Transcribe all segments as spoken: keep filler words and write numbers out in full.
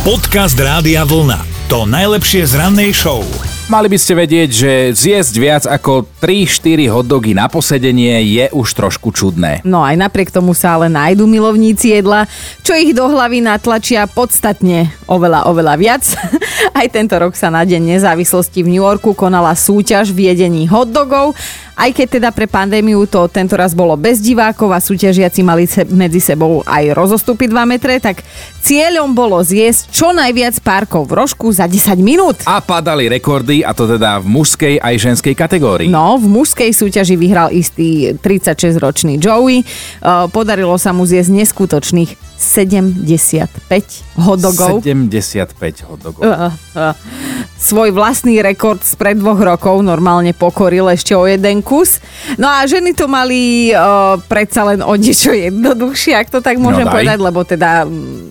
Podcast Rádia Vlna. To najlepšie z rannej show. Mali by ste vedieť, že zjesť viac ako tri štyri hotdogy na posedenie je už trošku čudné. No aj napriek tomu sa ale nájdú milovníci jedla, čo ich do hlavy natlačia podstatne oveľa, oveľa viac. Aj tento rok sa na Deň nezávislosti v New Yorku konala súťaž v jedení hotdogov. Aj keď teda pre pandémiu to tento raz bolo bez divákov a súťažiaci mali se- medzi sebou aj rozostupy dva metre, tak cieľom bolo zjesť čo najviac párkov v rožku za desať minút. A padali rekordy, a to teda v mužskej aj ženskej kategórii. No, v mužskej súťaži vyhral istý tridsaťšesťročný Joey. Podarilo sa mu zjesť neskutočných sedemdesiatpäť hotdogov. sedemdesiatpäť hotdogov. Uh, uh. Svoj vlastný rekord spred dvoch rokov normálne pokoril ešte o jeden kus. No a ženy to mali uh, predsa len o niečo jednoduchšie, ak to tak môžem no povedať, lebo teda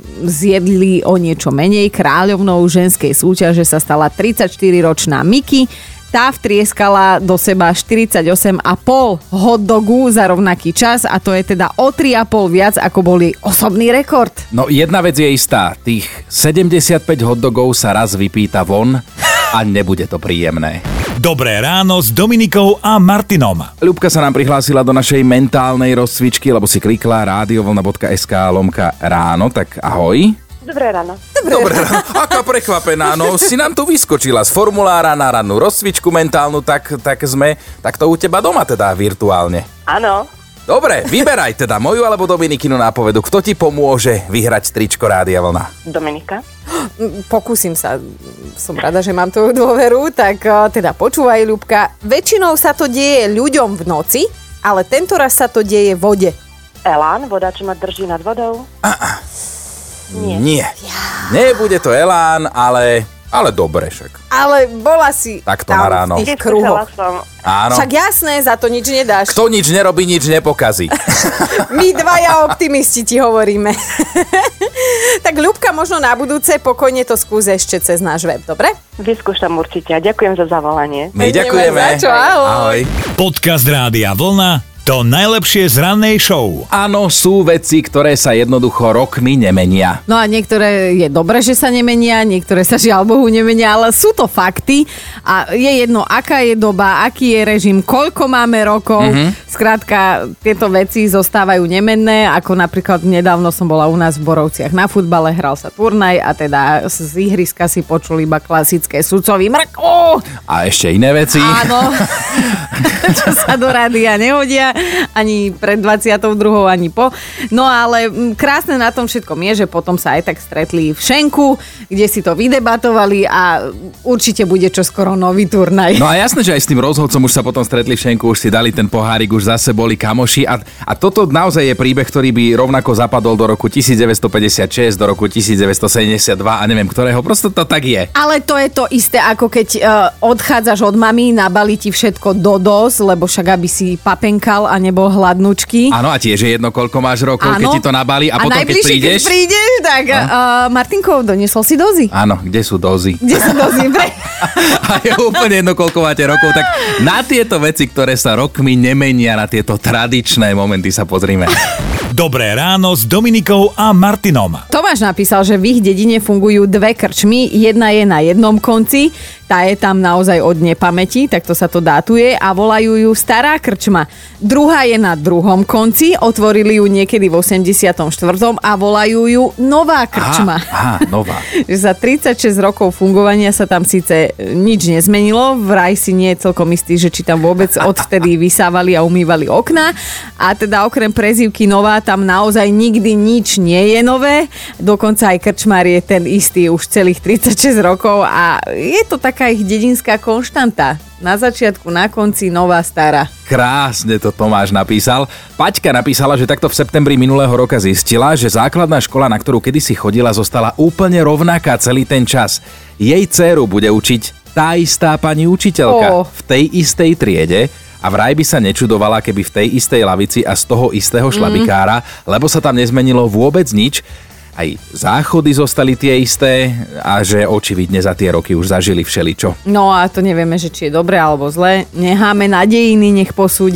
zjedli o niečo menej. Kráľovnou ženskej súťaže sa stala tridsaťštyriročná Miki. Tá vtrieskala do seba štyridsaťosem a pol hotdogu za rovnaký čas a to je teda o tri a pol viac, ako boli osobný rekord. No jedna vec je istá, tých sedemdesiatpäť hotdogov sa raz vypýta von a nebude to príjemné. Dobré ráno s Dominikou a Martinom. Ľubka sa nám prihlásila do našej mentálnej rozcvičky, lebo si klikla radiovlna bodka es ká lomka ráno, tak ahoj. Dobré ráno. Dobré, Dobré ráno. Aká prekvapená, no si nám tu vyskočila z formulára na rannú rozcvičku mentálnu, tak, tak sme, tak to u teba doma teda virtuálne. Áno. Dobre, vyberaj teda moju alebo Dominikinu nápovedu. Kto ti pomôže vyhrať tričko Rádia Vlna? Dominika. Pokúsim sa, som rada, že mám tvoju dôveru, tak teda počúvaj, Ľubka. Väčšinou sa to deje ľuďom v noci, ale tento raz sa to deje vode. Elán, voda, čo ma drží nad vodou? A-a. Nie. Nie. Nebude to Elán, ale, ale dobre však. Ale bola si takto na ráno. v tých kruhoch. Áno. Však jasné, za to nič nedáš. Kto nič nerobí, nič nepokazí. My dvaja optimisti ti hovoríme. Tak Ľubka, možno na budúce pokojne to skús ešte cez náš web, dobre? Vyskúšam určite a ďakujem za zavolanie. My ďakujeme. Za čo, ahoj. Ahoj. Podcast Rádia Vlna. To najlepšie z rannej show. Áno, sú veci, ktoré sa jednoducho rokmi nemenia. No a niektoré je dobré, že sa nemenia, niektoré sa žiaľ Bohu nemenia, ale sú to fakty a je jedno, aká je doba, aký je režim, koľko máme rokov. Mm-hmm. Skrátka, tieto veci zostávajú nemenné, ako napríklad nedávno som bola u nás v Borovciach na futbale, hral sa turnaj a teda z ihriska si počuli iba klasické sudcový mrk. Oh! A ešte iné veci. Áno, čo sa do rádia nehodia. Ani pred dvadsiatou druhou ani po. No ale krásne na tom všetkom je, že potom sa aj tak stretli v Šenku, kde si to vydebatovali a určite bude čoskoro nový turnaj. No a jasné, že aj s tým rozhodcom už sa potom stretli v Šenku, už si dali ten pohárik, už zase boli kamoši a, a toto naozaj je príbeh, ktorý by rovnako zapadol do roku devätnásťstopäťdesiatšesť, do roku devätnásťstosedemdesiatdva a neviem ktorého, prosto to tak je. Ale to je to isté, ako keď uh, odchádzaš od mami, nabali ti všetko do dos, lebo však aby si papenkal a nebol hladnúčky. Áno, a tiež je jedno, koľko máš rokov, áno, keď ti to nabali a, a potom, keď prídeš... keď prídeš, tak no. uh, Martinko, doniesol si dozy. Áno, kde sú dozy? Kde sú dozy? Pre... A je úplne jedno, koľko máte rokov, tak na tieto veci, ktoré sa rokmi nemenia, na tieto tradičné momenty sa pozrime. Dobré ráno s Dominikou a Martinom. Tomáš napísal, že v ich dedine fungujú dve krčmy, jedna je na jednom konci, tá je tam naozaj od nepamäti, tak to sa to dátuje a volajú ju Stará krčma. Druhá je na druhom konci, otvorili ju niekedy v osemdesiatom štvrtom a volajú ju Nová krčma. Aha, aha, nová. Za tridsaťšesť rokov fungovania sa tam síce nič nezmenilo, vraj si nie je celkom istý, že či tam vôbec odvtedy vysávali a umývali okná a teda okrem prezývky Nová tam naozaj nikdy nič nie je nové, dokonca aj krčmár je ten istý už celých tridsaťšesť rokov a je to taká ich dedinská konštanta. Na začiatku, na konci, nová, stará. Krásne to Tomáš napísal. Paťka napísala, že takto v septembri minulého roka zistila, že základná škola, na ktorú kedysi chodila, zostala úplne rovnaká celý ten čas. Jej dcéru bude učiť tá istá pani učiteľka oh. v tej istej triede a vraj by sa nečudovala, keby v tej istej lavici a z toho istého šlabikára, mm. lebo sa tam nezmenilo vôbec nič. Aj záchody zostali tie isté a že očividne za tie roky už zažili všeličo. No a to nevieme, že či je dobre alebo zle. Necháme na dejiny, nech posúdia.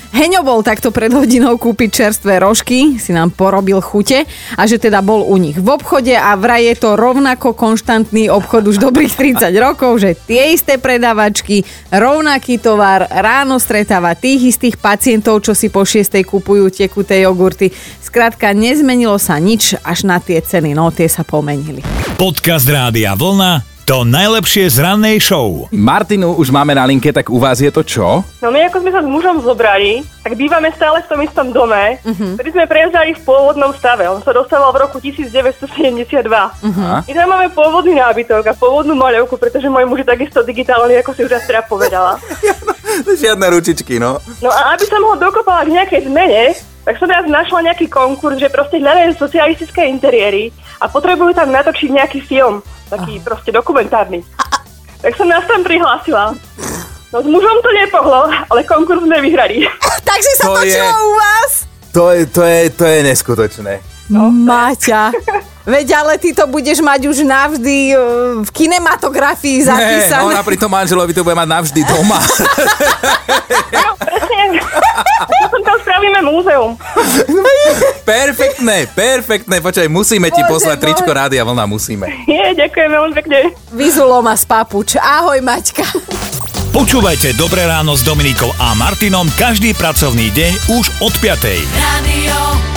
Heňo bol takto pred hodinou kúpiť čerstvé rožky, si nám porobil chute a že teda bol u nich v obchode a vraj je to rovnako konštantný obchod už dobrých tridsať rokov, že tie isté predavačky, rovnaký tovar, ráno stretáva tých istých pacientov, čo si po šiestej kupujú tekuté jogurty. Skrátka, nezmenilo sa nič, až na tie ceny, no tie sa pomenili. Podcast Rádia Vlna, to najlepšie z rannej show. Martinu už máme na linke, tak u vás je to čo? No my ako sme sa s mužom zobrali, tak bývame stále v tom istom dome, uh-huh. ktorý sme prevzali v pôvodnom stave. On sa dostával v roku devätnásťsedemdesiatdva. Uh-huh. My tam máme pôvodný nábytok a pôvodnú maľovku, pretože môj muž je takisto digitálny, ako si už raz teda povedala. Žiadne ručičky, no. No a aby som ho dokopala k nejakej zmene, tak som teraz našla nejaký konkurs, že proste hľadajú socialistické interiéry a potrebujú tam natočiť nejaký film, taký proste dokumentárny. Tak som nás tam prihlásila. No s mužom to nepohlo, ale konkurs sme vyhrali. Takže sa To točilo je- u vás? To je, to je, to je neskutočné. No. Maťa. Veď ale ty to budeš mať už navždy uh, v kinematografii Ne, zapísané. ona pri tom manželovi to bude mať navždy doma. No presne, potom tam spravíme múzeum. Perfektné, perfektné. Počkaj, musíme ti Bože, poslať bože. tričko Rádia Vlna, musíme. Nie, ďakujem veľmi pekne. Vyzulo ma z papuč. Ahoj, Maťka. Počúvajte Dobré ráno s Dominikou a Martinom každý pracovný deň už od piatej. Radio